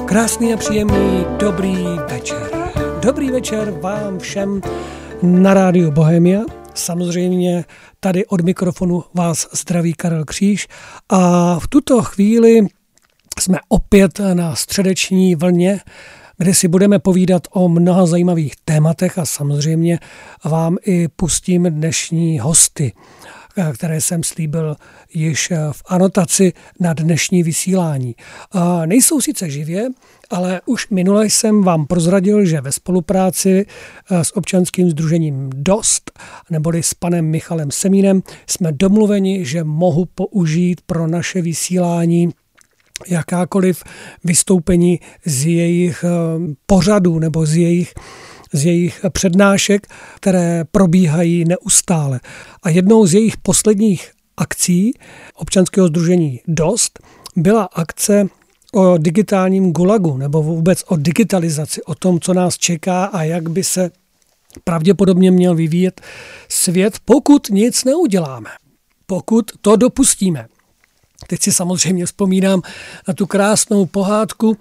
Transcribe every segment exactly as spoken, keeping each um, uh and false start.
Krásný a příjemný dobrý večer. Dobrý večer vám všem na rádiu Bohemia. Samozřejmě tady od mikrofonu vás zdraví Karel Kříž a v tuto chvíli jsme opět na středeční vlně, kde si budeme povídat o mnoha zajímavých tématech a samozřejmě vám i pustím dnešní hosty, které jsem slíbil již v anotaci na dnešní vysílání. Nejsou sice živě, ale už minule jsem vám prozradil, že ve spolupráci s občanským sdružením Dost, neboli s panem Michalem Semínem, jsme domluveni, že mohu použít pro naše vysílání jakákoliv vystoupení z jejich pořadů nebo z jejich z jejich přednášek, které probíhají neustále. A jednou z jejich posledních akcí občanského sdružení Dost byla akce o digitálním gulagu, nebo vůbec o digitalizaci, o tom, co nás čeká a jak by se pravděpodobně měl vyvíjet svět, pokud nic neuděláme, pokud to dopustíme. Teď si samozřejmě vzpomínám na tu krásnou pohádku,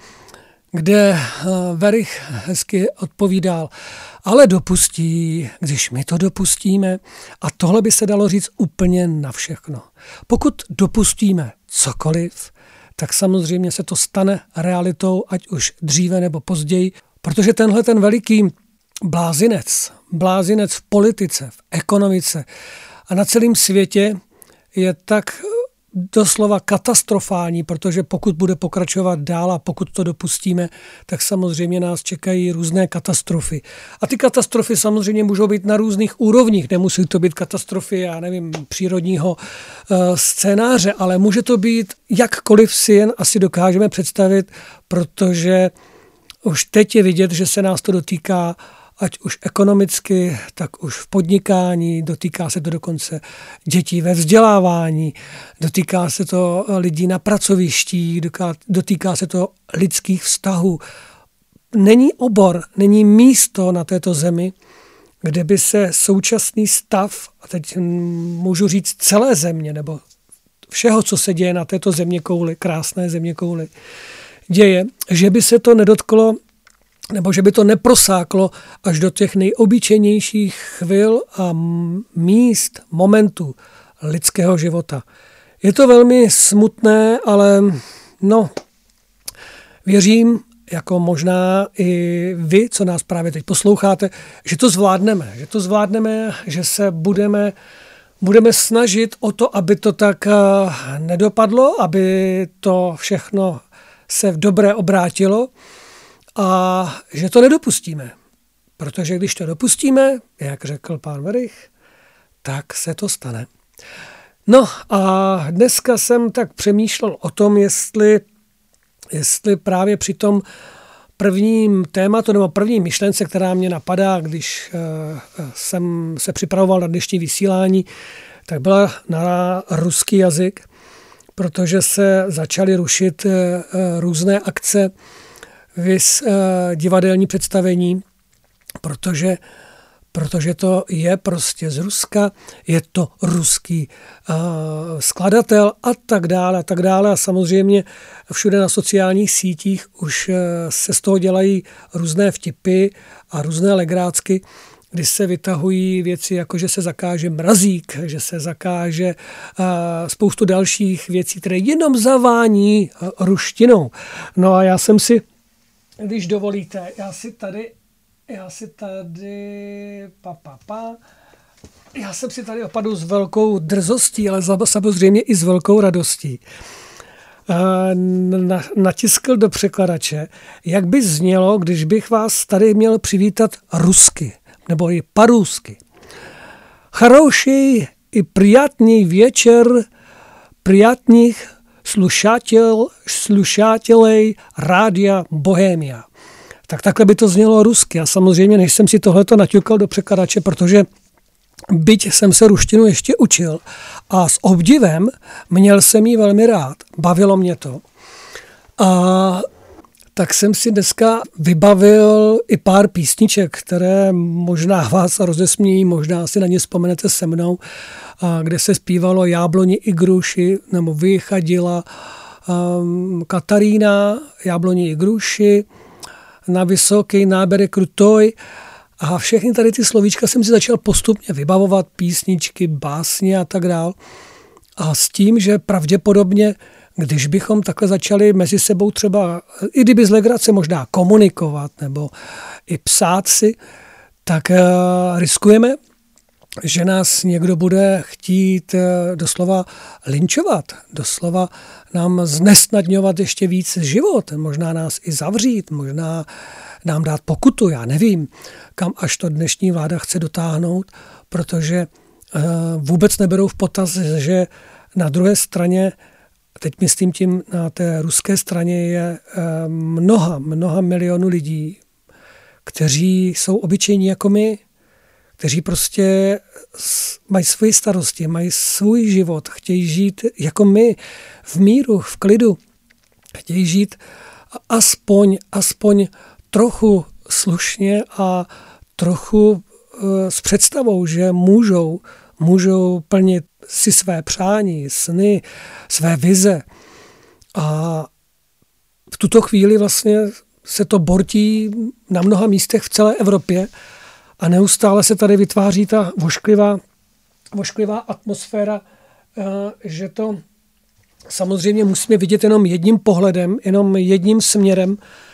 kde Verich hezky odpovídal, ale dopustí, když my to dopustíme, a tohle by se dalo říct úplně na všechno. Pokud dopustíme cokoliv, tak samozřejmě se to stane realitou, ať už dříve nebo později, protože tenhle ten veliký blázinec, blázinec v politice, v ekonomice a na celém světě je tak doslova katastrofální, protože pokud bude pokračovat dál a pokud to dopustíme, tak samozřejmě nás čekají různé katastrofy. A ty katastrofy samozřejmě můžou být na různých úrovních. Nemusí to být katastrofy, já nevím, přírodního uh, scénáře, ale může to být jakkoliv si jen asi dokážeme představit, protože už teď je vidět, že se nás to dotýká ať už ekonomicky, tak už v podnikání, dotýká se to dokonce dětí ve vzdělávání, dotýká se to lidí na pracovištích, dotýká se to lidských vztahů. Není obor, není místo na této zemi, kde by se současný stav, a teď můžu říct celé země, nebo všeho, co se děje na této zeměkouli, krásné zeměkouli, děje, že by se to nedotklo nebo že by to neprosáklo až do těch nejobyčejnějších chvil a míst, momentů lidského života. Je to velmi smutné, ale no, věřím, jako možná i vy, co nás právě teď posloucháte, že to zvládneme, že to zvládneme, že se budeme, budeme snažit o to, aby to tak nedopadlo, aby to všechno se v dobré obrátilo, a že to nedopustíme, protože když to dopustíme, jak řekl pán Verich, tak se to stane. No a dneska jsem tak přemýšlel o tom, jestli, jestli právě při tom prvním tématu nebo první myšlence, která mě napadá, když uh, jsem se připravoval na dnešní vysílání, tak byla na ruský jazyk, protože se začaly rušit uh, různé akce, vys uh, divadelní představení, protože, protože to je prostě z Ruska, je to ruský uh, skladatel a tak dále a tak dále. A samozřejmě všude na sociálních sítích už uh, se z toho dělají různé vtipy a různé legrácky, kdy se vytahují věci, jako že se zakáže mrazík, že se zakáže uh, spoustu dalších věcí, které jenom zavání uh, ruštinou. No a já jsem si Když dovolíte, já si tady, já si tady, pa, pa, pa, já jsem si tady opadl s velkou drzostí, ale samozřejmě i s velkou radostí. Na, natiskl do překladače, jak by znělo, když bych vás tady měl přivítat rusky, nebo i по-русски. Хороший и приятный вечер, приятных Slušatel, slušatelej Rádia Bohemia. Tak takhle by to znělo rusky. A samozřejmě, než jsem si tohleto naťukal do překladače, protože byť jsem se ruštinu ještě učil a s obdivem měl jsem ji velmi rád. Bavilo mě to. A tak jsem si dneska vybavil i pár písniček, které možná vás rozesmějí, možná si na ně vzpomenete se mnou, kde se zpívalo Jábloni i gruši, nebo Vychadila um, Katarína, Jabloní i Gruši, Na vysoký nábere Krutoj. A všechny tady ty slovíčka jsem si začal postupně vybavovat, písničky, básně a tak dál. A s tím, že pravděpodobně, když bychom takhle začali mezi sebou třeba, i kdyby z legrace možná komunikovat nebo i psát si, tak uh, riskujeme, že nás někdo bude chtít uh, doslova linčovat, doslova nám znesnadňovat ještě víc život, možná nás i zavřít, možná nám dát pokutu, já nevím, kam až to dnešní vláda chce dotáhnout, protože uh, vůbec neberou v potaz, že na druhé straně, teď myslím tím na té ruské straně, je uh, mnoha, mnoha milionů lidí, kteří jsou obyčejní jako my, kteří prostě mají svoje starosti, mají svůj život, chtějí žít jako my, v míru, v klidu, chtějí žít aspoň, aspoň trochu slušně a trochu uh, s představou, že můžou, můžou plnit si své přání, sny, své vize. A v tuto chvíli vlastně se to bortí na mnoha místech v celé Evropě a neustále se tady vytváří ta vošklivá, vošklivá atmosféra, že to samozřejmě musíme vidět jenom jedním pohledem, jenom jedním směrem.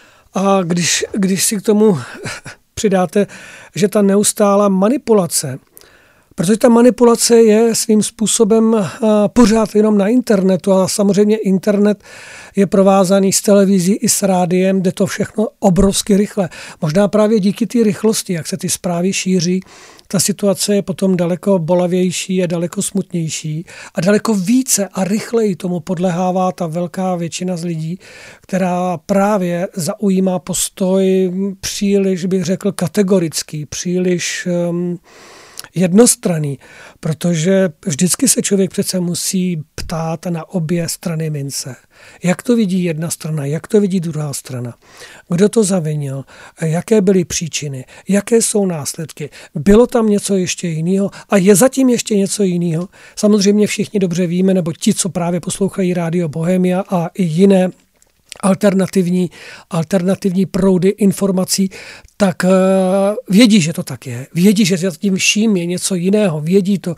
A když, když si k tomu přidáte, že ta neustálá manipulace, protože ta manipulace je svým způsobem pořád jenom na internetu a samozřejmě internet je provázaný s televizí i s rádiem, jde to všechno obrovsky rychle. Možná právě díky té rychlosti, jak se ty zprávy šíří, ta situace je potom daleko bolavější, je daleko smutnější a daleko více a rychleji tomu podlehává ta velká většina z lidí, která právě zaujímá postoj příliš, bych řekl, kategorický, příliš um, jednostranný, protože vždycky se člověk přece musí ptát na obě strany mince. Jak to vidí jedna strana, jak to vidí druhá strana. Kdo to zavinil, jaké byly příčiny, jaké jsou následky. Bylo tam něco ještě jiného a je zatím ještě něco jiného. Samozřejmě všichni dobře víme, nebo ti, co právě poslouchají Rádio Bohemia a i jiné alternativní, alternativní proudy informací, tak uh, vědí, že to tak je. Vědí, že za tím vším je něco jiného. Vědí to,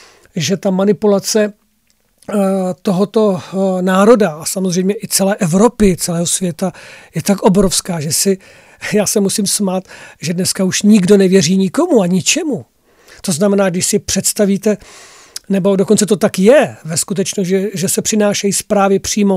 že ta manipulace uh, tohoto uh, národa a samozřejmě i celé Evropy, celého světa je tak obrovská, že si, já se musím smát, že dneska už nikdo nevěří nikomu a ničemu. To znamená, když si představíte, nebo dokonce to tak je ve skutečnosti, že, že se přinášejí zprávy přímo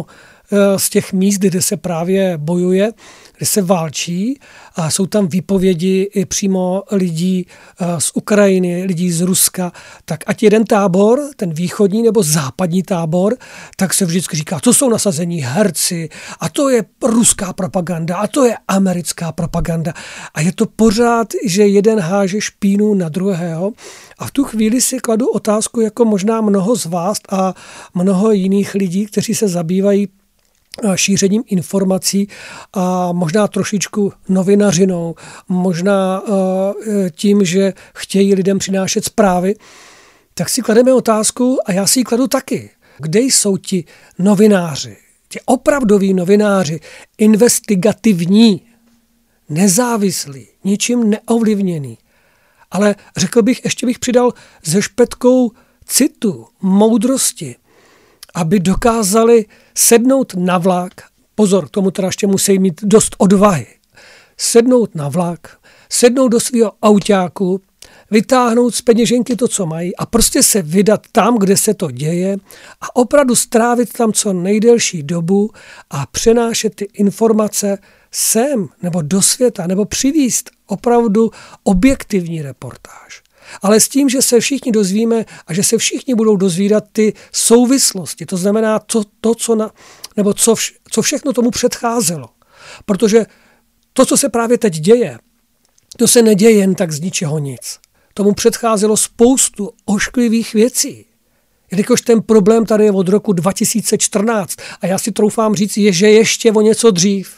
z těch míst, kde se právě bojuje, kde se válčí a jsou tam výpovědi i přímo lidí z Ukrajiny, lidí z Ruska, tak ať jeden tábor, ten východní nebo západní tábor, tak se vždycky říká, to jsou nasazení herci a to je ruská propaganda a to je americká propaganda a je to pořád, že jeden háže špínu na druhého a v tu chvíli si kladu otázku, jako možná mnoho z vás a mnoho jiných lidí, kteří se zabývají šířením informací a možná trošičku novinařinou, možná uh, tím, že chtějí lidem přinášet zprávy, tak si klademe otázku a já si ji kladu taky. Kde jsou ti novináři, ti opravdoví novináři, investigativní, nezávislí, ničím neovlivněný. Ale řekl bych, ještě bych přidal se špetkou citu, moudrosti, aby dokázali sednout na vlak, pozor, k tomu teda ještě musí mít dost odvahy, sednout na vlak, sednout do svého autáku, vytáhnout z peněženky to, co mají a prostě se vydat tam, kde se to děje a opravdu strávit tam co nejdelší dobu a přenášet ty informace sem nebo do světa nebo přivízt opravdu objektivní reportáž. Ale s tím, že se všichni dozvíme a že se všichni budou dozvídat ty souvislosti, to znamená to, to co, na, nebo co, vš, co všechno tomu předcházelo. Protože to, co se právě teď děje, to se neděje jen tak z ničeho nic. Tomu předcházelo spoustu ošklivých věcí. Jelikož ten problém tady je od roku dva tisíce čtrnáct a já si troufám říct, je, že ještě o něco dřív.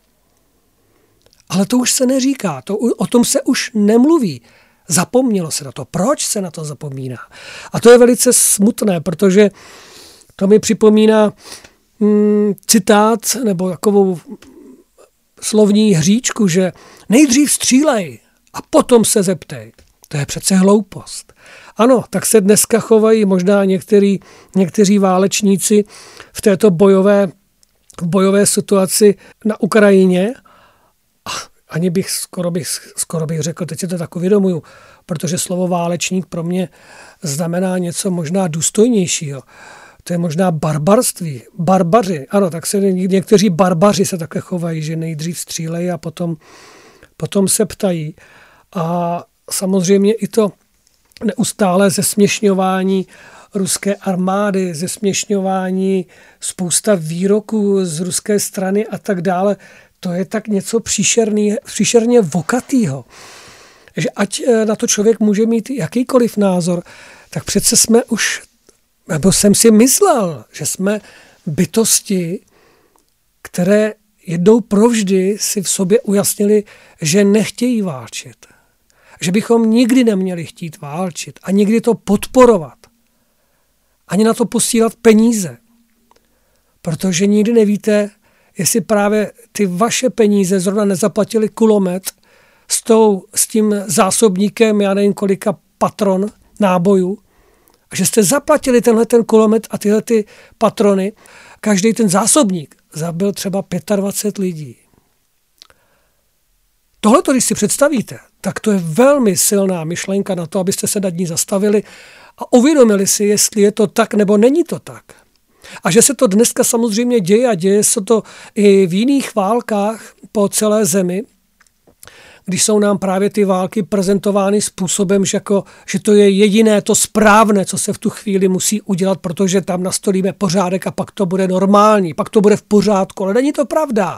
Ale to už se neříká, to, o tom se už nemluví. Zapomnělo se na to. Proč se na to zapomíná? A to je velice smutné, protože to mi připomíná mm, citát nebo takovou slovní hříčku, že nejdřív střílej a potom se zeptej. To je přece hloupost. Ano, tak se dneska chovají možná některý, někteří válečníci v této bojové, v bojové situaci na Ukrajině. Ani bych skoro, bych skoro bych řekl, teď si to tak uvědomuju, protože slovo válečník pro mě znamená něco možná důstojnějšího. To je možná barbarství. Barbaři. Ano, tak se někteří barbaři se také chovají, že nejdřív střílejí a potom, potom se ptají. A samozřejmě i to neustále zesměšňování ruské armády, zesměšňování spousta výroků z ruské strany a tak dále, to je tak něco příšerný, příšerně vokatýho. Že ať na to člověk může mít jakýkoliv názor, tak přece jsme už, nebo jsem si myslel, že jsme bytosti, které jednou provždy si v sobě ujasnili, že nechtějí válčit. Že bychom nikdy neměli chtít válčit a nikdy to podporovat. Ani na to posílat peníze. Protože nikdy nevíte, jestli právě ty vaše peníze zrovna nezaplatili kulomet s, tou, s tím zásobníkem, já nevím kolika patron nábojů, a že jste zaplatili tenhle ten kulomet a tyhle ty patrony, každý ten zásobník zabil třeba dvacet pět lidí. Tohle, když si představíte, tak to je velmi silná myšlenka na to, abyste se nad ní zastavili a uvědomili si, jestli je to tak nebo není to tak. A že se to dneska samozřejmě děje a děje se to i v jiných válkách po celé zemi, když jsou nám právě ty války prezentovány způsobem, že, jako, že to je jediné to správné, co se v tu chvíli musí udělat, protože tam nastolíme pořádek a pak to bude normální, pak to bude v pořádku, ale není to pravda.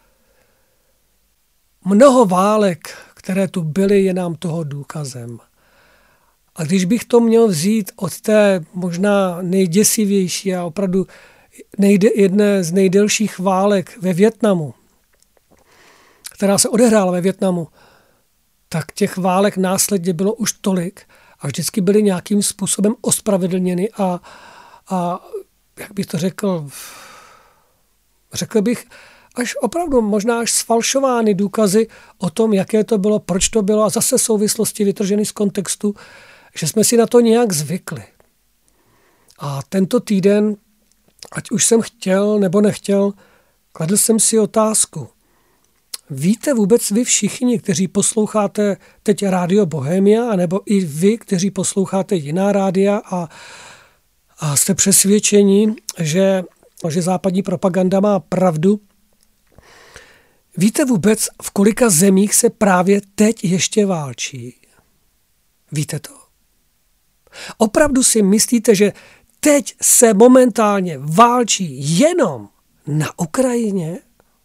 Mnoho válek, které tu byly, je nám toho důkazem. A když bych to měl vzít od té možná nejděsivější a opravdu nejde, jedné z nejdelších válek ve Vietnamu, která se odehrála ve Vietnamu, tak těch válek následně bylo už tolik a vždycky byly nějakým způsobem ospravedlněny a, a jak bych to řekl, řekl bych, až opravdu možná až sfalšovány důkazy o tom, jaké to bylo, proč to bylo a zase souvislosti vytrženy z kontextu, že jsme si na to nějak zvykli. A tento týden, ať už jsem chtěl nebo nechtěl, kladl jsem si otázku. Víte vůbec vy všichni, kteří posloucháte teď Rádio Bohemia, anebo i vy, kteří posloucháte jiná rádia a, a jste přesvědčeni, že, že západní propaganda má pravdu, víte vůbec, v kolika zemích se právě teď ještě válčí? Víte to? Opravdu si myslíte, že teď se momentálně válčí jenom na Ukrajině?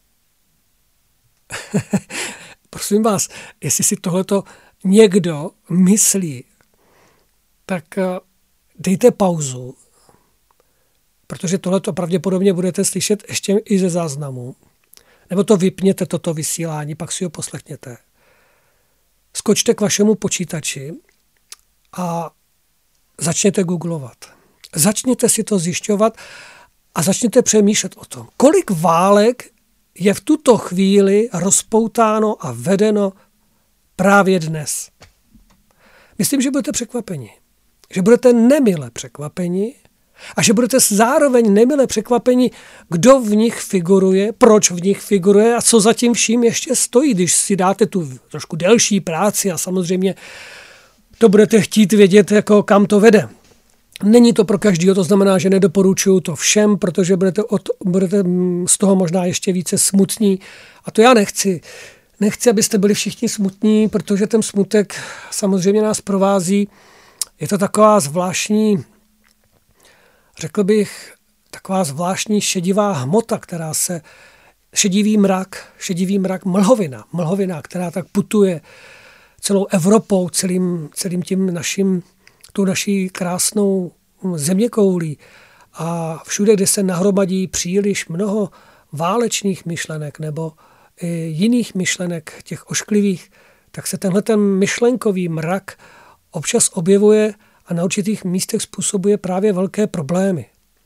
Prosím vás, jestli si tohleto někdo myslí, tak dejte pauzu, protože tohleto pravděpodobně budete slyšet ještě i ze záznamu. Nebo to vypněte, toto vysílání, pak si ho poslechněte. Skočte k vašemu počítači a začněte googlovat. Začněte si to zjišťovat a začněte přemýšlet o tom, kolik válek je v tuto chvíli rozpoutáno a vedeno právě dnes. Myslím, že budete překvapeni. Že budete nemile překvapeni a že budete zároveň nemile překvapeni, kdo v nich figuruje, proč v nich figuruje a co za tím vším ještě stojí, když si dáte tu trošku delší práci a samozřejmě to budete chtít vědět, jako kam to vede. Není to pro každého, to znamená, že nedoporučuju to všem, protože budete, od, budete z toho možná ještě více smutní. A to já nechci. Nechci, abyste byli všichni smutní, protože ten smutek samozřejmě nás provází. Je to taková zvláštní, řekl bych, taková zvláštní šedivá hmota, která se, šedivý mrak, šedivý mrak, mlhovina, mlhovina, která tak putuje celou Evropou, celým, celým tím naším, tou naší krásnou zeměkoulí a všude, kde se nahromadí příliš mnoho válečných myšlenek nebo i jiných myšlenek, těch ošklivých, tak se tenhle ten myšlenkový mrak občas objevuje a na určitých místech způsobuje právě velké problémy.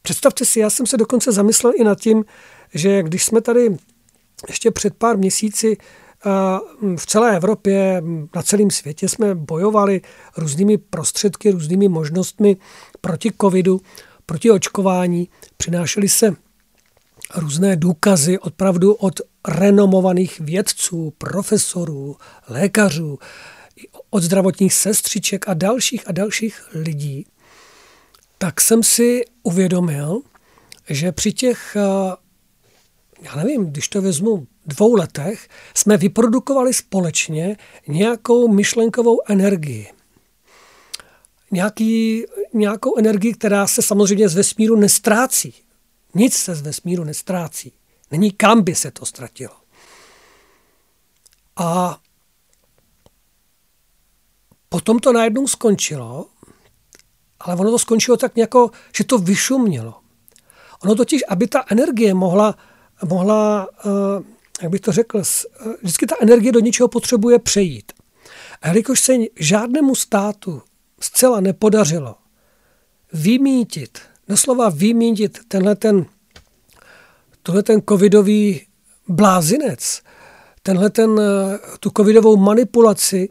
Představte si, já jsem se dokonce zamyslel i nad tím, že když jsme tady ještě před pár měsíci v celé Evropě, na celém světě jsme bojovali různými prostředky, různými možnostmi proti covidu, proti očkování. Přinášely se různé důkazy opravdu od renomovaných vědců, profesorů, lékařů, od zdravotních sestřiček a dalších a dalších lidí. Tak jsem si uvědomil, že při těch, já nevím, když to vezmu, dvou letech, jsme vyprodukovali společně nějakou myšlenkovou energii. Nějaký, nějakou energii, která se samozřejmě z vesmíru nestrácí. Nic se z vesmíru nestrácí. Není kam by se to ztratilo. A potom to najednou skončilo, ale ono to skončilo tak nějako, že to vyšumělo. Ono totiž, aby ta energie mohla, mohla jak bych to řekl, vždycky ta energie do něčeho potřebuje přejít. A jelikož se žádnému státu zcela nepodařilo vymítit, doslova vymítit tenhle ten, tohle ten covidový blázinec, tenhle ten, tu covidovou manipulaci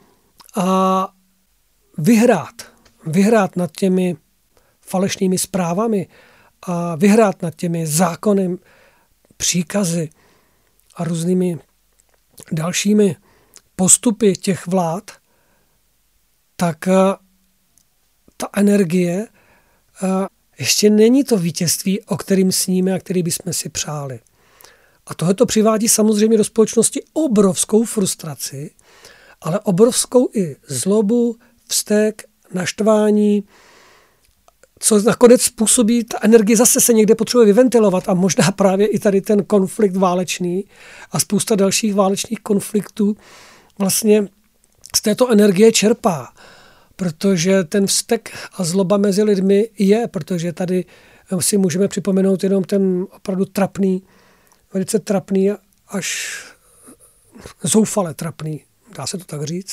a vyhrát, vyhrát nad těmi falešnými zprávami a vyhrát nad těmi zákony, příkazy a různými dalšími postupy těch vlád, tak ta energie ještě není to vítězství, o kterým sníme a který bychom si přáli. A tohleto přivádí samozřejmě do společnosti obrovskou frustraci, ale obrovskou i zlobu, vztek, naštvání, co nakonec způsobí, ta energie zase se někde potřebuje vyventilovat a možná právě i tady ten konflikt válečný a spousta dalších válečných konfliktů vlastně z této energie čerpá, protože ten vztek a zloba mezi lidmi je, protože tady si můžeme připomenout jenom ten opravdu trapný, velice trapný až zoufale trapný, dá se to tak říct,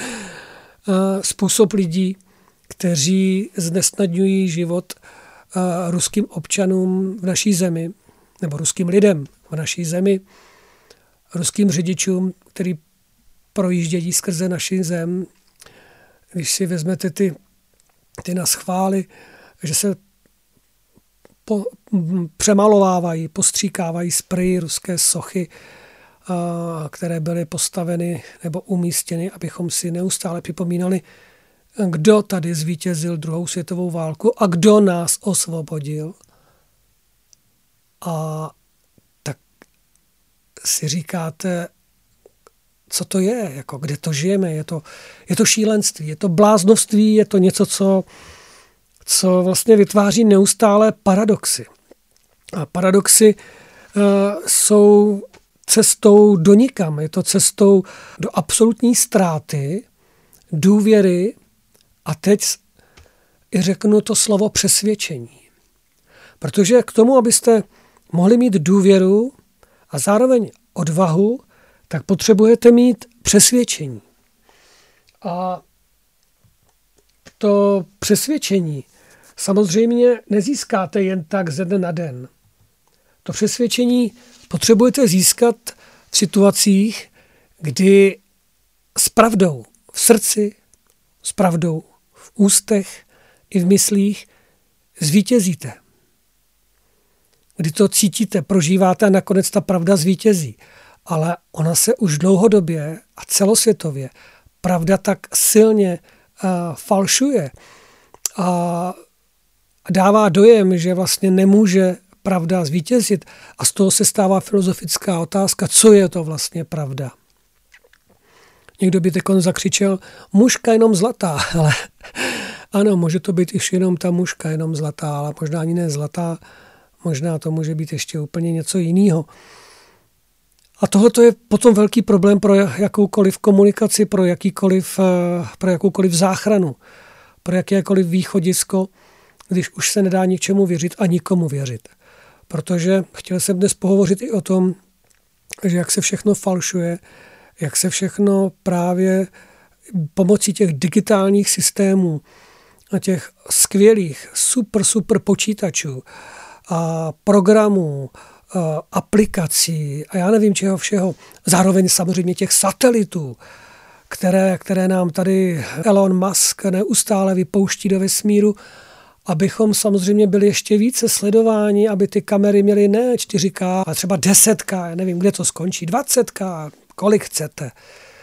způsob lidí, kteří znesnadňují život uh, ruským občanům v naší zemi, nebo ruským lidem v naší zemi, ruským řidičům, který projíždějí skrze naši zem. Když si vezmete ty, ty naschvály, že se po, přemalovávají, postříkávají spreji ruské sochy, uh, které byly postaveny nebo umístěny, abychom si neustále připomínali, kdo tady zvítězil druhou světovou válku a kdo nás osvobodil. A tak si říkáte, co to je, jako kde to žijeme, je to, je to šílenství, je to bláznovství, je to něco, co, co vlastně vytváří neustále paradoxy. A paradoxy uh, jsou cestou do nikam, je to cestou do absolutní ztráty, důvěry. A teď i řeknu to slovo přesvědčení. Protože k tomu, abyste mohli mít důvěru a zároveň odvahu, tak potřebujete mít přesvědčení. A to přesvědčení samozřejmě nezískáte jen tak ze dne na den. To přesvědčení potřebujete získat v situacích, kdy s pravdou v srdci, s pravdou v ústech i v myslích zvítězíte. Kdy to cítíte, prožíváte a nakonec ta pravda zvítězí. Ale ona se už dlouhodobě a celosvětově pravda tak silně uh, falšuje a dává dojem, že vlastně nemůže pravda zvítězit. A z toho se stává filozofická otázka, co je to vlastně pravda. Někdo by tekon zakřičel, mužka jenom zlatá, ale ano, může to být už jenom ta mužka, jenom zlatá, ale možná ani ne zlatá, možná to může být ještě úplně něco jiného. A tohle je potom velký problém pro jakoukoliv komunikaci, pro, jakýkoliv, pro jakoukoliv záchranu, pro jakékoliv východisko, když už se nedá ničemu věřit a nikomu věřit. Protože chtěl jsem dnes pohovořit i o tom, že jak se všechno falšuje, jak se všechno právě pomocí těch digitálních systémů těch skvělých, super, super počítačů a programů, a aplikací a já nevím čeho všeho. Zároveň samozřejmě těch satelitů, které, které nám tady Elon Musk neustále vypouští do vesmíru, abychom samozřejmě byli ještě více sledováni, aby ty kamery měly ne čtyři ká, a třeba deset ká, já nevím, kde to skončí, dvacet ká, kolik chcete.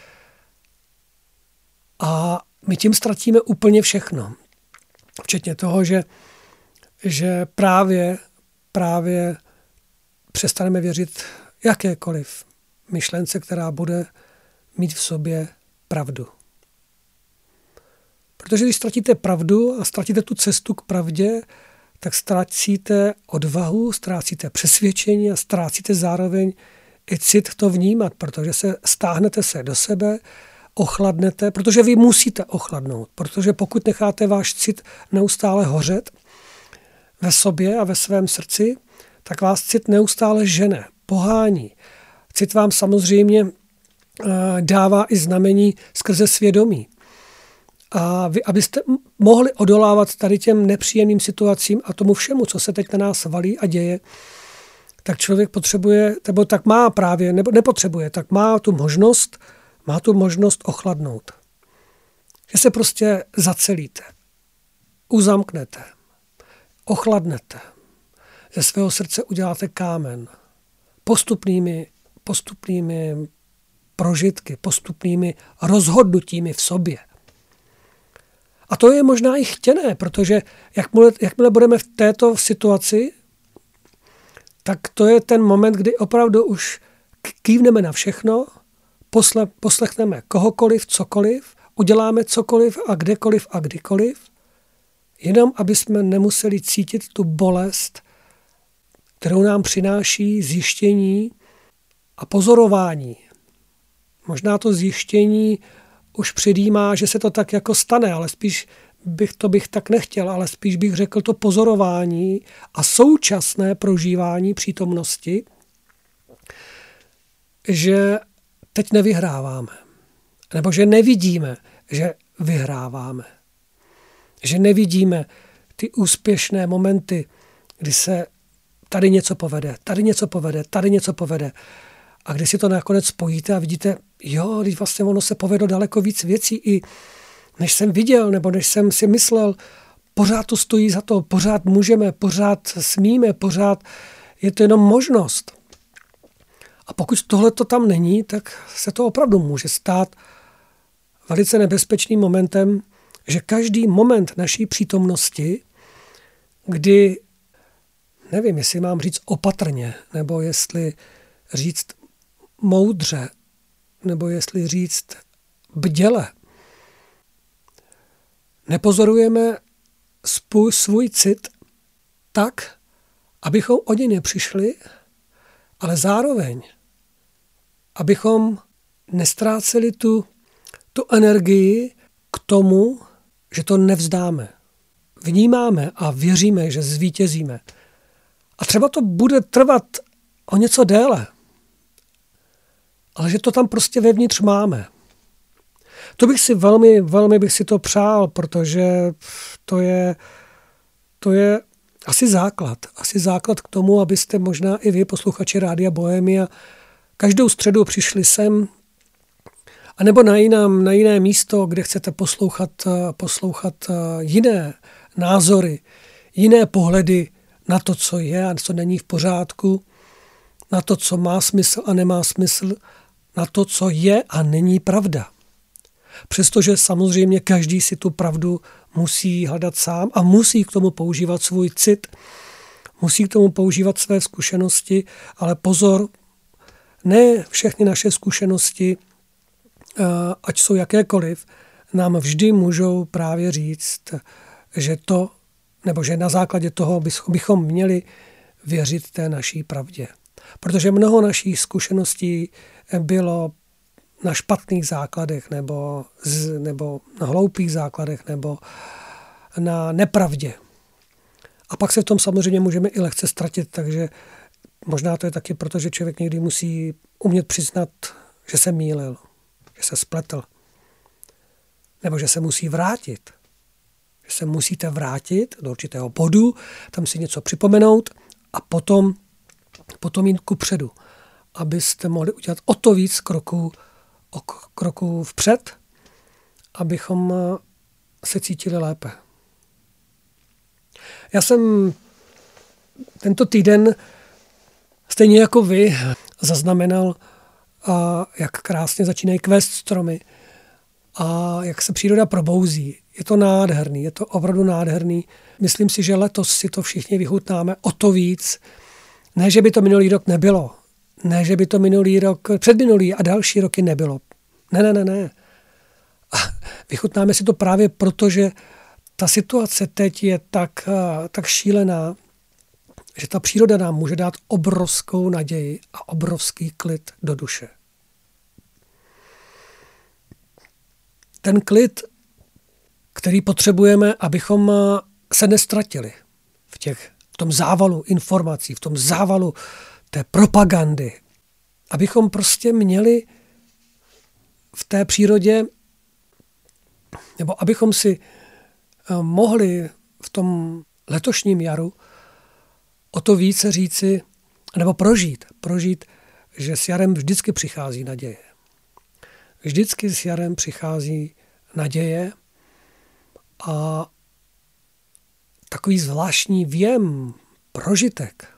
A my tím ztratíme úplně všechno. Včetně toho, že, že právě, právě přestaneme věřit jakékoliv myšlence, která bude mít v sobě pravdu. Protože když ztratíte pravdu a ztratíte tu cestu k pravdě, tak ztrácíte odvahu, ztrácíte přesvědčení a ztrácíte zároveň i cit to vnímat, protože se stáhnete se do sebe, ochladnete, protože vy musíte ochladnout, protože pokud necháte váš cit neustále hořet ve sobě a ve svém srdci, tak vás cit neustále žene, pohání. Cit vám samozřejmě dává i znamení skrze svědomí. A vy, abyste mohli odolávat tady těm nepříjemným situacím a tomu všemu, co se teď na nás valí a děje, tak člověk potřebuje, nebo tak má právě, nebo nepotřebuje, tak má tu možnost, má tu možnost ochladnout. Že se prostě zacelíte, uzamknete, ochladnete, ze svého srdce uděláte kámen postupnými, postupnými prožitky, postupnými rozhodnutími v sobě. A to je možná i chtěné, protože jakmile, jakmile budeme v této situaci, tak to je ten moment, kdy opravdu už kývneme na všechno, posle, poslechneme kohokoliv, cokoliv, uděláme cokoliv a kdekoliv a kdykoliv, jenom aby jsme nemuseli cítit tu bolest, kterou nám přináší zjištění a pozorování. Možná to zjištění už předjímá, že se to tak jako stane, ale spíš bych to bych tak nechtěl, ale spíš bych řekl to pozorování a současné prožívání přítomnosti, že teď nevyhráváme. Nebo že nevidíme, že vyhráváme. Že nevidíme ty úspěšné momenty, kdy se tady něco povede, tady něco povede, tady něco povede. A když si to nakonec spojíte a vidíte, jo, když vlastně ono se povedlo daleko víc věcí, i než jsem viděl, nebo než jsem si myslel, pořád to stojí za to, pořád můžeme, pořád smíme, pořád je to jenom možnost. A pokud tohle to tam není, tak se to opravdu může stát velice nebezpečným momentem, že každý moment naší přítomnosti, kdy, nevím, jestli mám říct opatrně, nebo jestli říct moudře, nebo jestli říct bděle, nepozorujeme svůj, svůj cit tak, abychom o něj nepřišli, ale zároveň, abychom nestráceli tu, tu energii k tomu, že to nevzdáme. Vnímáme a věříme, že zvítězíme. A třeba to bude trvat o něco déle, ale že to tam prostě vevnitř máme. To bych si velmi, velmi bych si to přál, protože to je, to je asi základ. Asi základ k tomu, abyste možná i vy, posluchači Rádia Bohemia, každou středu přišli sem, anebo na, jiném, na jiné místo, kde chcete poslouchat, poslouchat jiné názory, jiné pohledy na to, co je a co není v pořádku, na to, co má smysl a nemá smysl, na to, co je a není pravda. Přestože samozřejmě každý si tu pravdu musí hledat sám a musí k tomu používat svůj cit, musí k tomu používat své zkušenosti, ale pozor, ne všechny naše zkušenosti, ať jsou jakékoliv, nám vždy můžou právě říct, že to, nebo že na základě toho bychom měli věřit té naší pravdě. Protože mnoho našich zkušeností bylo na špatných základech, nebo, z, nebo na hloupých základech, nebo na nepravdě. A pak se v tom samozřejmě můžeme i lehce ztratit, takže možná to je taky proto, že člověk někdy musí umět přiznat, že se mýlil, že se spletl, nebo že se musí vrátit, že se musíte vrátit do určitého bodu, tam si něco připomenout a potom, potom jít kupředu, abyste mohli udělat o to víc kroků, o kroků vpřed, abychom se cítili lépe. Já jsem tento týden, stejně jako vy, zaznamenal, a jak krásně začínají kvést stromy a jak se příroda probouzí. Je to nádherný, je to opravdu nádherný. Myslím si, že letos si to všichni vychutnáme o to víc. Ne, že by to minulý rok nebylo. Ne, že by to minulý rok, předminulý a další roky nebylo. Ne, ne, ne, ne. A vychutnáme si to právě proto, že ta situace teď je tak, tak šílená, že ta příroda nám může dát obrovskou naději a obrovský klid do duše. Ten klid, který potřebujeme, abychom se nestratili v, těch, v tom závalu informací, v tom závalu té propagandy. Abychom prostě měli v té přírodě, nebo abychom si mohli v tom letošním jaru o to více říci, nebo prožít, prožít, že s jarem vždycky přichází naděje. Vždycky s jarem přichází naděje a takový zvláštní věm, prožitek,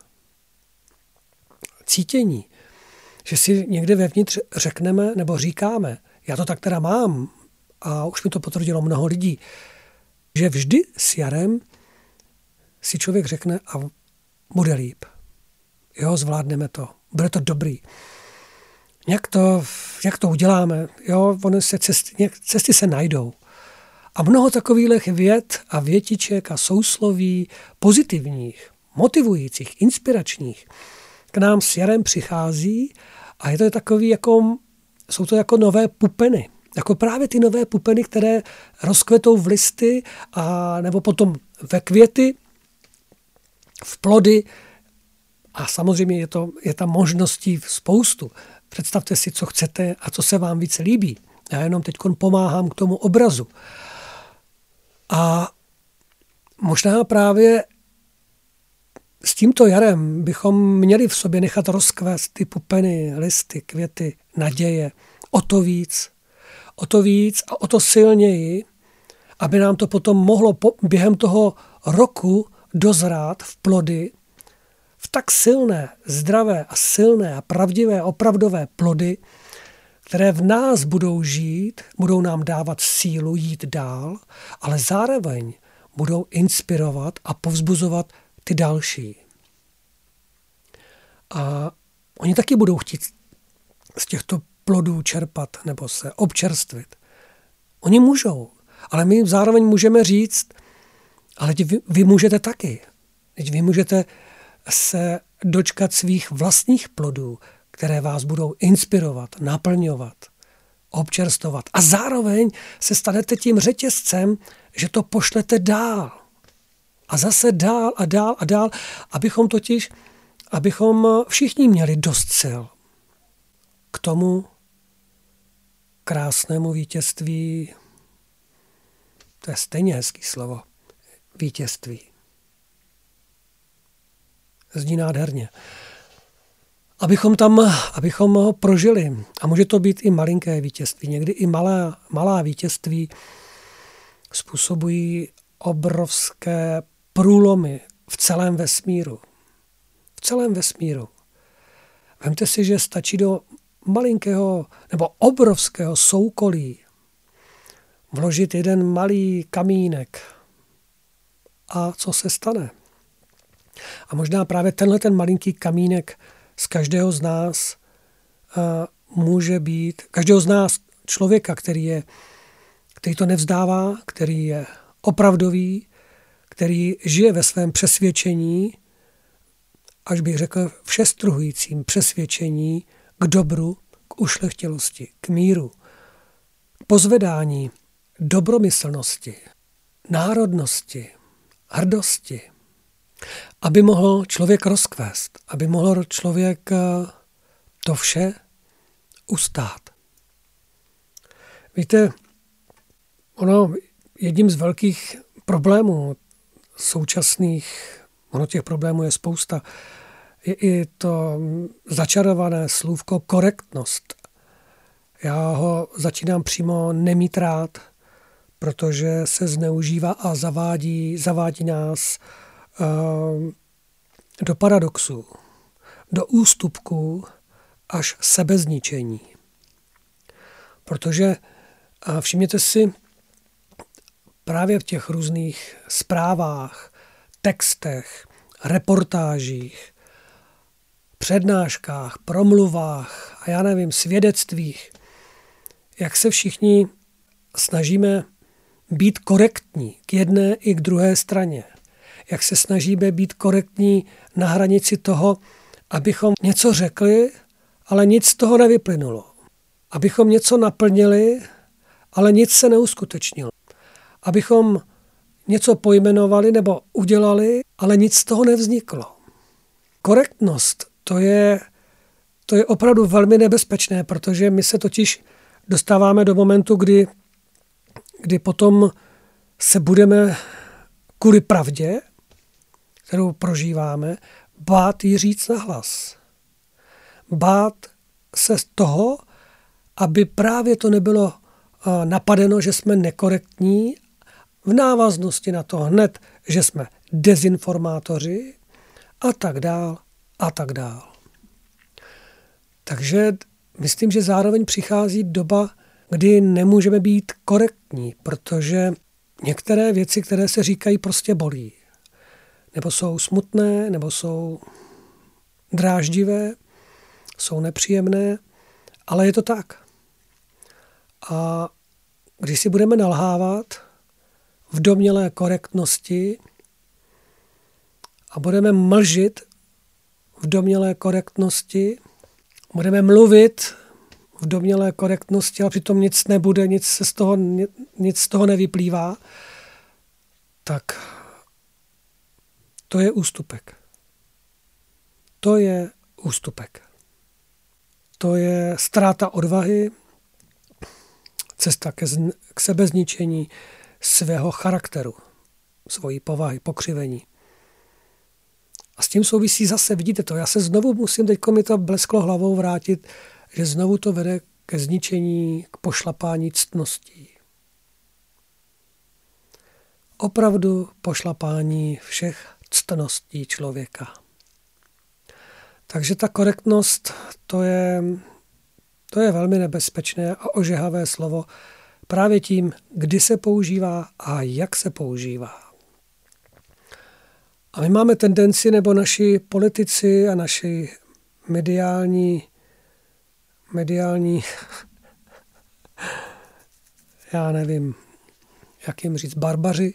cítění, že si někde vevnitř řekneme nebo říkáme, já to tak teda mám a už mi to potvrdilo mnoho lidí, že vždy s jarem si člověk řekne a bude líp. Jo, zvládneme to. Bude to dobrý. Jak to, jak to uděláme? Jo, ono se cesty, cesty se najdou. A mnoho takových vět a větiček a sousloví pozitivních, motivujících, inspiračních k nám s jarem přichází a je to takový jako, jsou to jako nové pupeny. Jako právě ty nové pupeny, které rozkvetou v listy a nebo potom ve květy, v plody a samozřejmě je, to, je tam možností spoustu. Představte si, co chcete a co se vám více líbí. Já jenom teď pomáhám k tomu obrazu. A možná právě s tímto jarem bychom měli v sobě nechat rozkvést ty pupeny, listy, květy, naděje. O to víc, o to víc a o to silněji, aby nám to potom mohlo po, během toho roku dozrát v plody, v tak silné, zdravé a silné a pravdivé, opravdové plody, které v nás budou žít, budou nám dávat sílu jít dál, ale zároveň budou inspirovat a povzbuzovat ty další. A oni taky budou chtít z těchto plodů čerpat nebo se občerstvit. Oni můžou, ale my zároveň můžeme říct, ale vy, vy můžete taky. Vy můžete se dočkat svých vlastních plodů, které vás budou inspirovat, naplňovat, občerstovat. A zároveň se stanete tím řetězcem, že to pošlete dál. A zase dál a dál a dál, abychom totiž, abychom všichni měli dost sil k tomu krásnému vítězství. To je stejně hezký slovo. Vítězství. Zní nádherně. Abychom tam, abychom ho prožili. A může to být i malinké vítězství. Někdy i malá, malá vítězství způsobují obrovské průlomy v celém vesmíru. V celém vesmíru. Vemte si, že stačí do malinkého nebo obrovského soukolí vložit jeden malý kamínek. A co se stane? A možná právě tenhle ten malinký kamínek z každého z nás uh, může být, každého z nás člověka, který, je, který to nevzdává, který je opravdový, který žije ve svém přesvědčení, až bych řekl všestruhujícím přesvědčení k dobru, k ušlechtilosti, k míru, k pozvedání, dobromyslnosti, národnosti, hrdosti, aby mohl člověk rozkvést, aby mohl člověk to vše ustát. Víte, ono jedním z velkých problémů současných, ono těch problémů je spousta, je i to začarované slůvko korektnost. Já ho začínám přímo nemít rád, protože se zneužívá a zavádí, zavádí nás uh, do paradoxů, do ústupků až sebezničení. Protože uh, všimněte si, právě v těch různých zprávách, textech, reportážích, přednáškách, promluvách a já nevím, svědectvích, jak se všichni snažíme být korektní k jedné i k druhé straně. Jak se snažíme být korektní na hranici toho, abychom něco řekli, ale nic z toho nevyplynulo. Abychom něco naplnili, ale nic se neuskutečnilo. Abychom něco pojmenovali nebo udělali, ale nic z toho nevzniklo. Korektnost, to je, to je opravdu velmi nebezpečné, protože my se totiž dostáváme do momentu, kdy, kdy potom se budeme kvůli pravdě, kterou prožíváme, bát ji říct nahlas. Bát se z toho, aby právě to nebylo napadeno, že jsme nekorektní, v návaznosti na to hned, že jsme dezinformátoři a tak dál a tak dál. Takže myslím, že zároveň přichází doba, kdy nemůžeme být korektní, protože některé věci, které se říkají, prostě bolí. Nebo jsou smutné, nebo jsou dráždivé, jsou nepříjemné, ale je to tak. A když si budeme nalhávat v domnělé korektnosti a budeme mlžit v domnělé korektnosti, budeme mluvit v domnělé korektnosti, ale přitom nic nebude, nic, se z toho, nic z toho nevyplývá, tak to je ústupek. To je ústupek. To je ztráta odvahy, cesta ke zni- k sebezničení svého charakteru, svojí povahy, pokřivení. A s tím souvisí zase, vidíte to, já se znovu musím, teďko mi to blesklo hlavou vrátit, že znovu to vede ke zničení, k pošlapání ctností. Opravdu pošlapání všech ctností člověka. Takže ta korektnost, to je, to je velmi nebezpečné a ožehavé slovo právě tím, kdy se používá a jak se používá. A my máme tendenci, nebo naši politici a naši mediální, mediální, já nevím, jak jim říct, barbaři,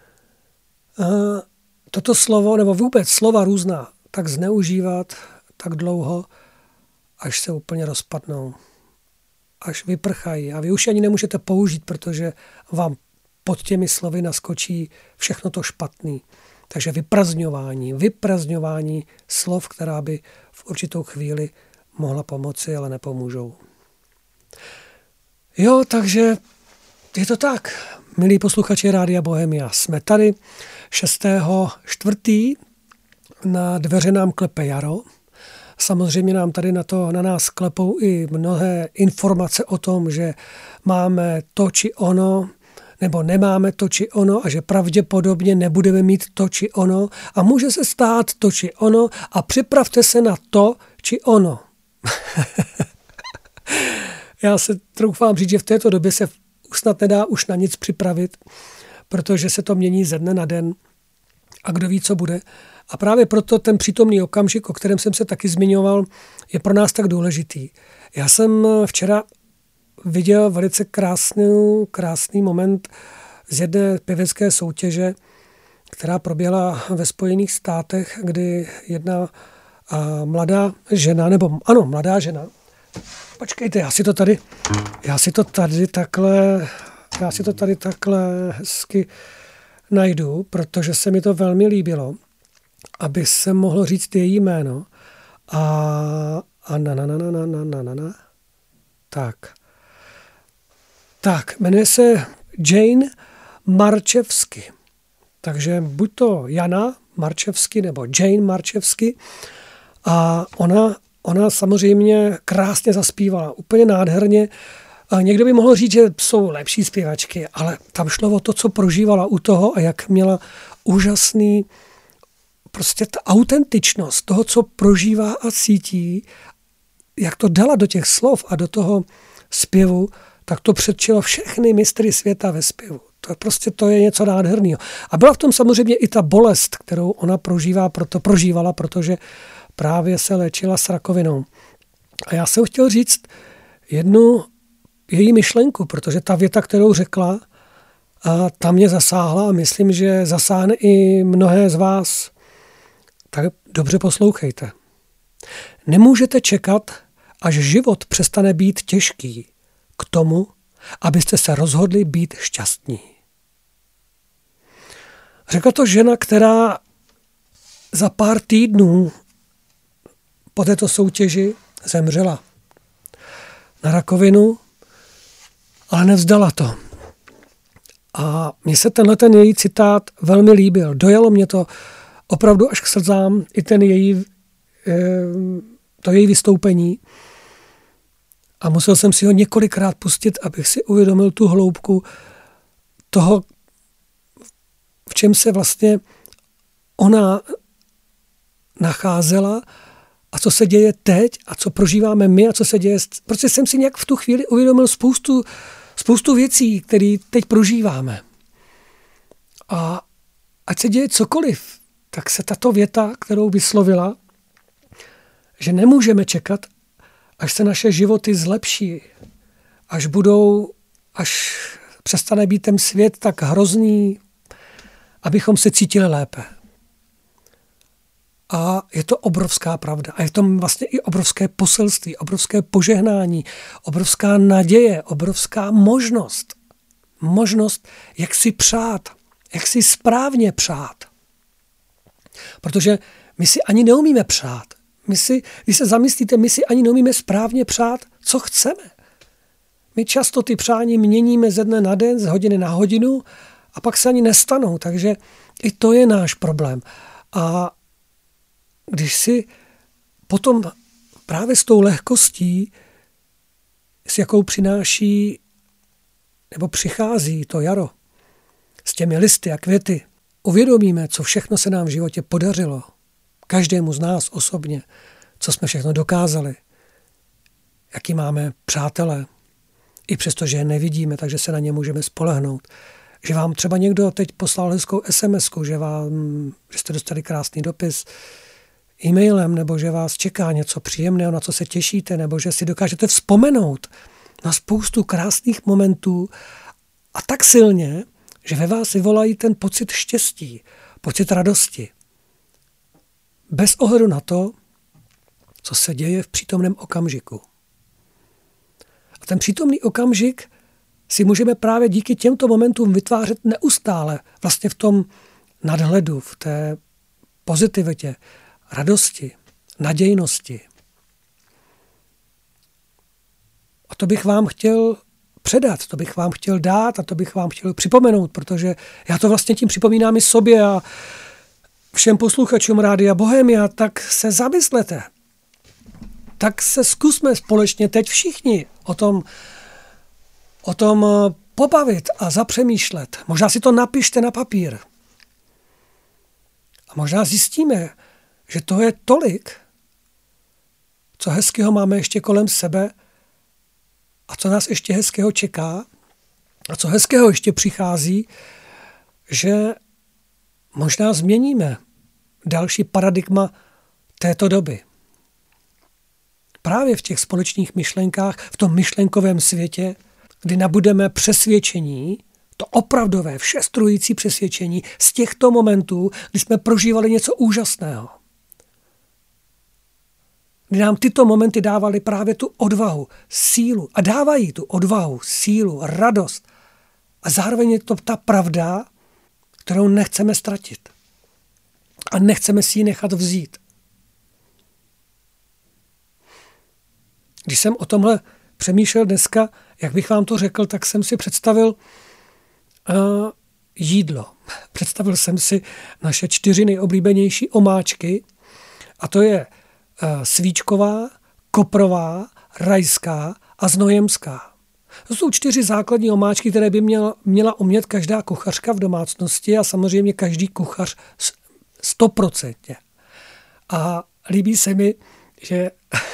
toto slovo, nebo vůbec slova různá, tak zneužívat tak dlouho, až se úplně rozpadnou, až vyprchají. A vy už ani nemůžete použít, protože vám pod těmi slovy naskočí všechno to špatný. Takže vyprazňování, vyprazňování slov, která by v určitou chvíli mohla pomoci, ale nepomůžou. Jo, takže je to tak. Milí posluchači Rádia Bohemia, jsme tady šestého čtvrtého Na dveře nám klepe jaro. Samozřejmě nám tady na to na nás klepou i mnohé informace o tom, že máme to či ono, nebo nemáme to či ono a že pravděpodobně nebudeme mít to či ono a může se stát to či ono a připravte se na to či ono. Já se troufám říct, že v této době se snad nedá už na nic připravit, protože se to mění ze dne na den a kdo ví, co bude. A právě proto ten přítomný okamžik, o kterém jsem se taky zmiňoval, je pro nás tak důležitý. Já jsem včera viděl velice krásný, krásný moment z jedné pěvecké soutěže, která proběhla ve Spojených státech, kdy jedna a, mladá žena, nebo ano, mladá žena, počkejte, já si to tady, já si to tady takhle, já si to tady takhle hezky najdu, protože se mi to velmi líbilo, aby se mohlo říct její jméno. A, a na, na, na, na, na, na, na, na. Tak. Tak, jmenuje se Jane Marčevsky. Takže buď to Jana Marčevsky nebo Jane Marčevsky. A ona, ona samozřejmě krásně zaspívala, úplně nádherně. A někdo by mohl říct, že jsou lepší zpěvačky, ale tam šlo o to, co prožívala u toho a jak měla úžasný, prostě ta autentičnost toho, co prožívá a cítí, jak to dala do těch slov a do toho zpěvu, tak to předčilo všechny mistry světa ve zpěvu. To je prostě to je něco nádherného. A byla v tom samozřejmě i ta bolest, kterou ona prožívá, proto prožívala, protože právě se léčila s rakovinou. A já jsem chtěl říct jednu její myšlenku, protože ta věta, kterou řekla, a ta mě zasáhla a myslím, že zasáhne i mnohé z vás. Tak dobře poslouchejte. Nemůžete čekat, až život přestane být těžký k tomu, abyste se rozhodli být šťastní. Řekla to žena, která za pár týdnů po této soutěži zemřela na rakovinu, ale nevzdala to. A mně se tenhle ten její citát velmi líbil. Dojalo mě to opravdu až k slzám, i ten její, to její vystoupení. A musel jsem si ho několikrát pustit, abych si uvědomil tu hloubku toho, v čem se vlastně ona nacházela a co se děje teď a co prožíváme my a co se děje. Protože jsem si nějak v tu chvíli uvědomil spoustu, spoustu věcí, které teď prožíváme. A ať se děje cokoliv, tak se tato věta, kterou vyslovila, že nemůžeme čekat, až se naše životy zlepší, až budou, až přestane být ten svět tak hrozný, abychom se cítili lépe. A je to obrovská pravda. A je to vlastně i obrovské poselství, obrovské požehnání, obrovská naděje, obrovská možnost. Možnost, jak si přát, jak si správně přát. Protože my si ani neumíme přát. My si, když se zamyslíte, my si ani neumíme správně přát, co chceme. My často ty přání měníme ze dne na den, z hodiny na hodinu a pak se ani nestanou. Takže i to je náš problém. A když si potom právě s tou lehkostí, s jakou přináší nebo přichází to jaro, s těmi listy a květy, uvědomíme, co všechno se nám v životě podařilo, každému z nás osobně, co jsme všechno dokázali, jaký máme přátelé, i přesto, že je nevidíme, takže se na ně můžeme spolehnout. Že vám třeba někdo teď poslal hezkou es em esku, že, vám, že jste dostali krásný dopis e-mailem, nebo že vás čeká něco příjemného, na co se těšíte, nebo že si dokážete vzpomenout na spoustu krásných momentů a tak silně, že ve vás vyvolají ten pocit štěstí, pocit radosti. Bez ohledu na to, co se děje v přítomném okamžiku. A ten přítomný okamžik si můžeme právě díky těmto momentům vytvářet neustále, vlastně v tom nadhledu, v té pozitivitě, radosti, nadějnosti. A to bych vám chtěl předat, to bych vám chtěl dát a to bych vám chtěl připomenout, protože já to vlastně tím připomínám i sobě a všem posluchačům Rádia Bohemia, tak se zamyslete. Tak se zkusme společně teď všichni o tom, o tom pobavit a zapřemýšlet. Možná si to napište na papír. A možná zjistíme, že to je tolik, co hezkého máme ještě kolem sebe a co nás ještě hezkého čeká a co hezkého ještě přichází, že možná změníme další paradigma této doby. Právě v těch společných myšlenkách, v tom myšlenkovém světě, kdy nabudeme přesvědčení, to opravdové, všestrující přesvědčení z těchto momentů, kdy jsme prožívali něco úžasného. Kdy nám tyto momenty dávaly právě tu odvahu, sílu a dávají tu odvahu, sílu, radost. A zároveň je to ta pravda, kterou nechceme ztratit. A nechceme si ji nechat vzít. Když jsem o tomhle přemýšlel dneska, jak bych vám to řekl, tak jsem si představil uh, jídlo. představil jsem si naše čtyři nejoblíbenější omáčky a to je svíčková, koprová, rajská a znojemská. To jsou čtyři základní omáčky, které by měla, měla umět každá kuchařka v domácnosti a samozřejmě každý kuchař stoprocentně. A líbí se mi, že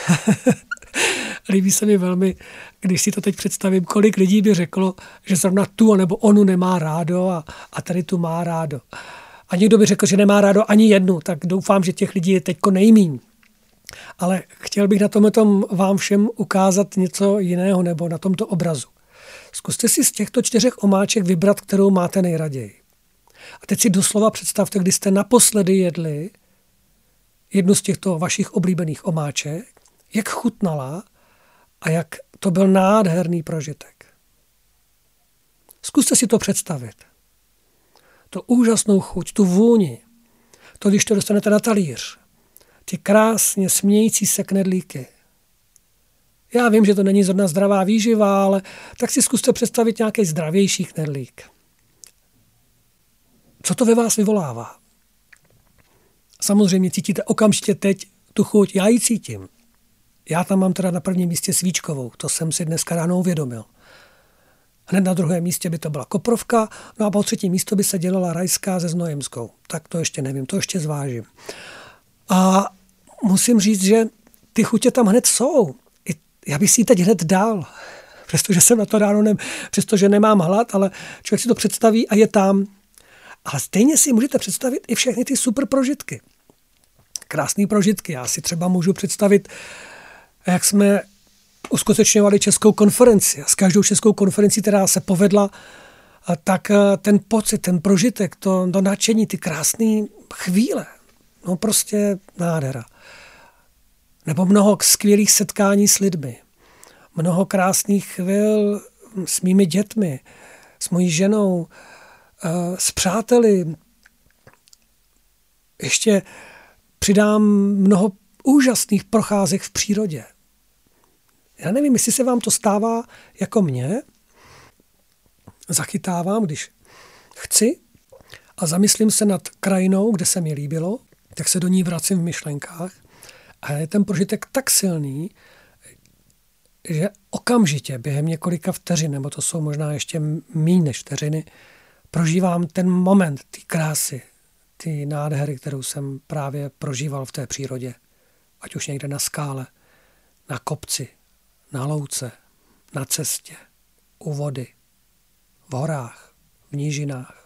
líbí se mi velmi, když si to teď představím, kolik lidí by řeklo, že zrovna tu nebo onu nemá rádo a, a tady tu má rádo. A někdo by řekl, že nemá rádo ani jednu, tak doufám, že těch lidí je teďko nejmíň. Ale chtěl bych na tomto vám všem ukázat něco jiného nebo na tomto obrazu. Zkuste si z těchto čtyřech omáček vybrat, kterou máte nejraději. A teď si doslova představte, kdy jste naposledy jedli jednu z těchto vašich oblíbených omáček, jak chutnala a jak to byl nádherný prožitek. Zkuste si to představit. Tu úžasnou chuť, tu vůni, to, když to dostanete na talíř, ty krásně smějící se knedlíky. Já vím, že to není zrovna zdravá výživa, ale tak si zkuste představit nějaký zdravější knedlík. Co to ve vás vyvolává? Samozřejmě cítíte okamžitě teď tu chuť, já ji cítím. Já tam mám teda na prvním místě svíčkovou, to jsem si dneska ráno uvědomil. Hned na druhém místě by to byla koprovka, no a po třetím místo by se dělala rajská se znojemskou. Tak to ještě nevím, to ještě zvážím. A musím říct, že ty chutě tam hned jsou. I já bych si ji teď hned dal, přestože jsem na to ráno, ne, přestože nemám hlad, ale člověk si to představí a je tam. Ale stejně si můžete představit i všechny ty super prožitky. Krásný prožitky. Já si třeba můžu představit, jak jsme uskutečňovali českou konferenci. S každou českou konferencí, která se povedla, tak ten pocit, ten prožitek, to, to nadšení, ty krásné chvíle, no prostě nádhera. Nebo mnoho skvělých setkání s lidmi. Mnoho krásných chvil s mými dětmi, s mojí ženou, s přáteli. Ještě přidám mnoho úžasných procházek v přírodě. Já nevím, jestli se vám to stává jako mně. Zachytávám, když chci a zamyslím se nad krajinou, kde se mi líbilo, tak se do ní vracím v myšlenkách a je ten prožitek tak silný, že okamžitě během několika vteřin, nebo to jsou možná ještě míň než vteřiny, prožívám ten moment, ty krásy, ty nádhery, kterou jsem právě prožíval v té přírodě. Ať už někde na skále, na kopci, na louce, na cestě, u vody, v horách, v nížinách.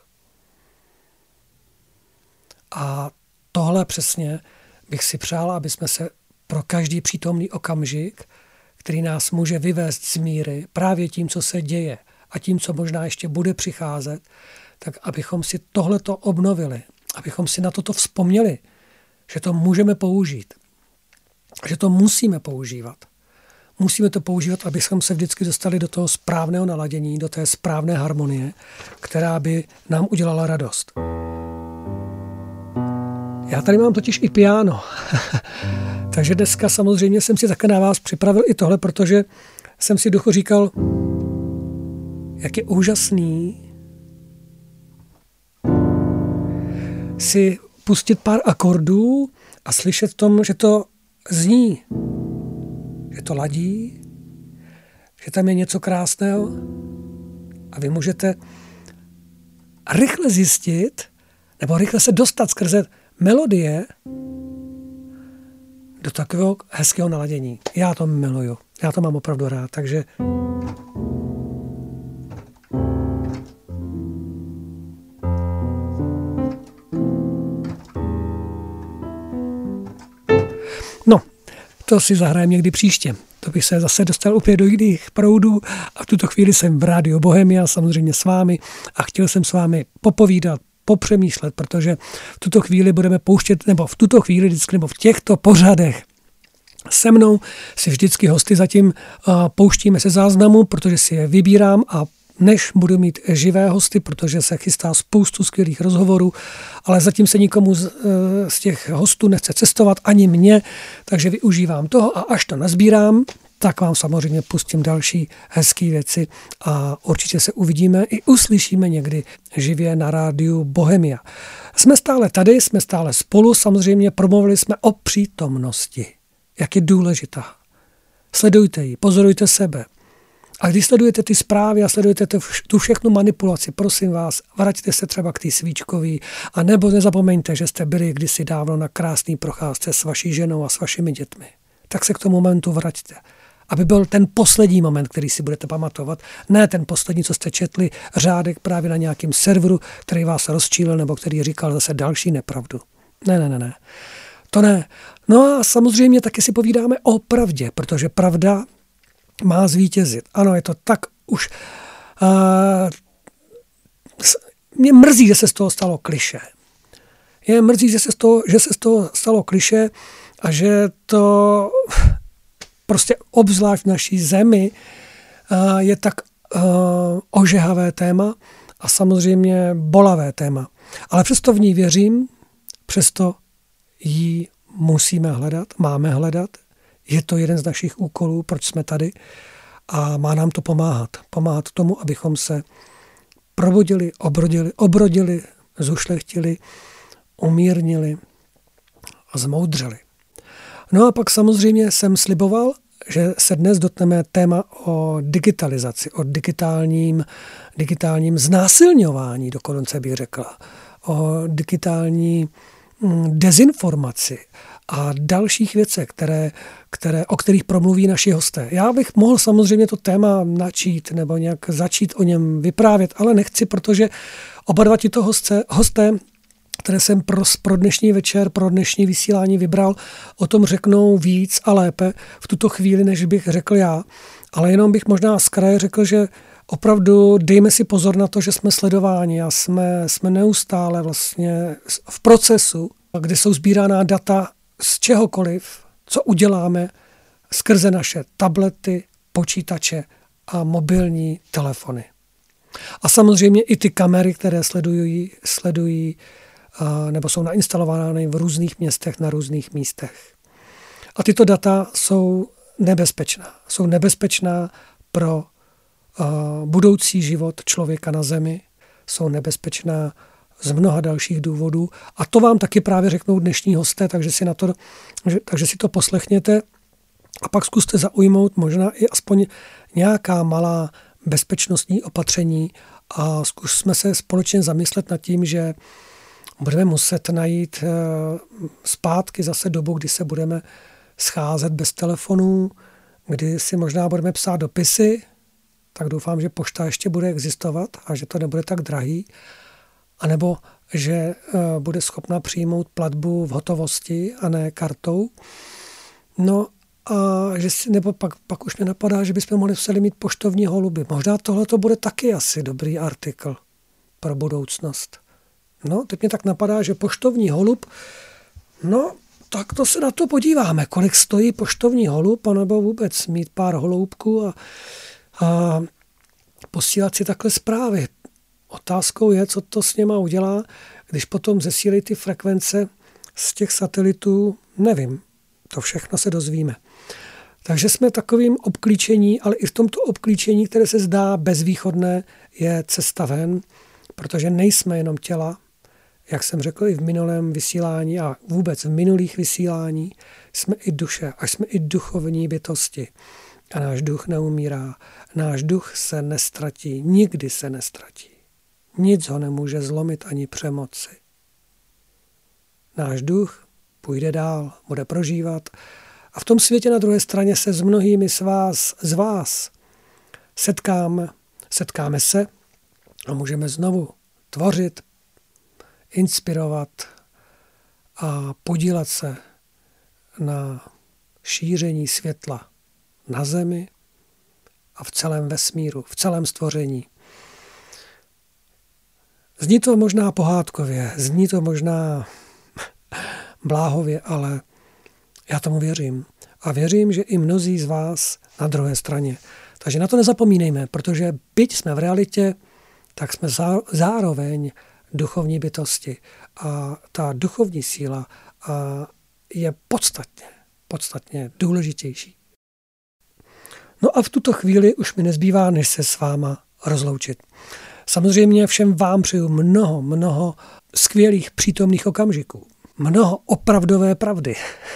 A tohle přesně bych si přál, aby jsme se pro každý přítomný okamžik, který nás může vyvést z míry právě tím, co se děje a tím, co možná ještě bude přicházet, tak abychom si tohleto obnovili, abychom si na toto vzpomněli, že to můžeme použít, že to musíme používat. Musíme to používat, abychom se vždycky dostali do toho správného naladění, do té správné harmonie, která by nám udělala radost. Já tady mám totiž i piano. Takže dneska samozřejmě jsem si také na vás připravil i tohle, protože jsem si duchu říkal, jak je úžasný si pustit pár akordů a slyšet v tom, že to zní, že to ladí, že tam je něco krásného a vy můžete rychle zjistit nebo rychle se dostat skrze melodie do takového hezkého naladění. Já to miluju. Já to mám opravdu rád, takže no, to si zahrajeme někdy příště. To bych se zase dostal úplně do jiných proudů a v tuto chvíli jsem v Rádiu Bohemia, samozřejmě s vámi a chtěl jsem s vámi popovídat, popřemýšlet, protože v tuto chvíli budeme pouštět, nebo v tuto chvíli vždycky, nebo v těchto pořadech se mnou si vždycky hosty zatím pouštíme se záznamu, protože si je vybírám a než budu mít živé hosty, protože se chystá spoustu skvělých rozhovorů, ale zatím se nikomu z, z těch hostů nechce cestovat, ani mě, takže využívám toho a až to nazbírám, tak vám samozřejmě pustím další hezké věci a určitě se uvidíme i uslyšíme někdy živě na rádiu Bohemia. Jsme stále tady, jsme stále spolu, samozřejmě promluvili jsme o přítomnosti. Jak je důležitá. Sledujte ji, pozorujte sebe. A když sledujete ty zprávy a sledujete tu všechnu manipulaci, prosím vás, vraťte se třeba k té svíčkový a nebo nezapomeňte, že jste byli kdysi dávno na krásný procházce s vaší ženou a s vašimi dětmi. Tak se k tomu momentu vraťte. Aby byl ten poslední moment, který si budete pamatovat, ne ten poslední, co jste četli, řádek právě na nějakém serveru, který vás rozčílil nebo který říkal zase další nepravdu. Ne, ne, ne, ne. To ne. No a samozřejmě taky si povídáme o pravdě, protože pravda má zvítězit. Ano, je to tak už... Uh, mě mrzí, že se z toho stalo klišé. Je mrzí, že se z toho, že se z toho stalo klišé a že to prostě obzvlášť v naší zemi uh, je tak uh, ožehavé téma a samozřejmě bolavé téma. Ale přesto v ní věřím, přesto ji musíme hledat, máme hledat. Je to jeden z našich úkolů, proč jsme tady a má nám to pomáhat. Pomáhat tomu, abychom se probudili, obrodili, obrodili, zušlechtili, umírnili a zmoudřeli. No a pak samozřejmě jsem sliboval, že se dnes dotkneme téma o digitalizaci, o digitálním, digitálním znásilňování, dokonce bych řekla, o digitální dezinformaci a dalších věcech, které, které, o kterých promluví naši hosté. Já bych mohl samozřejmě to téma načít nebo nějak začít o něm vyprávět, ale nechci, protože oba dva tito hosté, hosté které jsem pro, pro dnešní večer, pro dnešní vysílání vybral, o tom řeknou víc a lépe v tuto chvíli, než bych řekl já. Ale jenom bych možná z kraje řekl, že opravdu dejme si pozor na to, že jsme sledováni a jsme, jsme neustále vlastně v procesu, kde jsou sbíraná data z čehokoliv, co uděláme skrze naše tablety, počítače a mobilní telefony. A samozřejmě i ty kamery, které sledují, sledují nebo jsou nainstalovány v různých městech, na různých místech. A tyto data jsou nebezpečná. Jsou nebezpečná pro uh, budoucí život člověka na Zemi, jsou nebezpečná z mnoha dalších důvodů. A to vám taky právě řeknou dnešní hosté, takže si, na to, že, takže si to poslechněte a pak zkuste zaujmout možná i aspoň nějaká malá bezpečnostní opatření a zkusme se společně zamyslet nad tím, že budeme muset najít zpátky zase dobu, kdy se budeme scházet bez telefonů, kdy si možná budeme psát dopisy, tak doufám, že pošta ještě bude existovat a že to nebude tak drahý, anebo že bude schopna přijmout platbu v hotovosti a ne kartou. No a že si, nebo pak, pak už mě napadá, že bychom mohli museli mít poštovní holuby. Možná tohle to bude taky asi dobrý artikl pro budoucnost. No, teď mě tak napadá, že poštovní holub, no, tak to se na to podíváme, kolik stojí poštovní holub, anebo vůbec mít pár holoubků a, a posílat si takhle zprávy. Otázkou je, co to s něma udělá, když potom zesílí ty frekvence z těch satelitů, nevím, to všechno se dozvíme. Takže jsme takovým obklíčení, ale i v tomto obklíčení, které se zdá bezvýchodné, je cesta ven, protože nejsme jenom těla, jak jsem řekl i v minulém vysílání a vůbec v minulých vysílání, jsme i duše a jsme i duchovní bytosti. A náš duch neumírá, náš duch se nestratí, nikdy se nestratí. Nic ho nemůže zlomit ani přemoci. Náš duch půjde dál, bude prožívat a v tom světě na druhé straně se s mnohými z vás, z vás setkáme, setkáme se a můžeme znovu tvořit, inspirovat a podílet se na šíření světla na Zemi a v celém vesmíru, v celém stvoření. Zní to možná pohádkově, zní to možná bláhově, ale já tomu věřím. A věřím, že i mnozí z vás na druhé straně. Takže na to nezapomínejme, protože byť jsme v realitě, tak jsme zároveň duchovní bytosti. A ta duchovní síla je podstatně, podstatně důležitější. No a v tuto chvíli už mi nezbývá, než se s váma rozloučit. Samozřejmě všem vám přeju mnoho, mnoho skvělých přítomných okamžiků. Mnoho opravdové pravdy.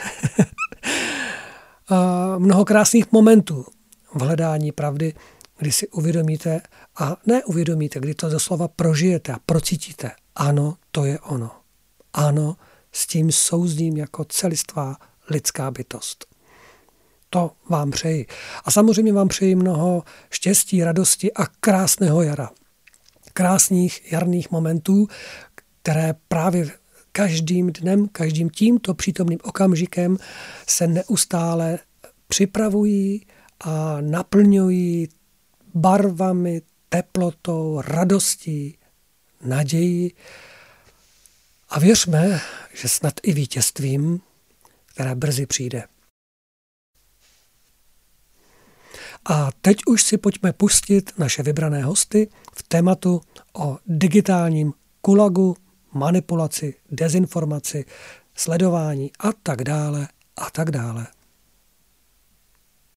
Mnoho krásných momentů v hledání pravdy, kdy si uvědomíte a neuvědomíte, kdy to doslova prožijete a procítíte. Ano, to je ono. Ano, s tím souzním jako celistvá lidská bytost. To vám přeji. A samozřejmě vám přeji mnoho štěstí, radosti a krásného jara. Krásných jarních momentů, které právě každým dnem, každým tímto přítomným okamžikem se neustále připravují a naplňují barvami, teplotou, radostí, nadějí. A věřme, že snad i vítězstvím, které brzy přijde. A teď už si pojďme pustit naše vybrané hosty v tématu o digitálním gulagu, manipulaci, dezinformaci, sledování a tak dále a tak dále.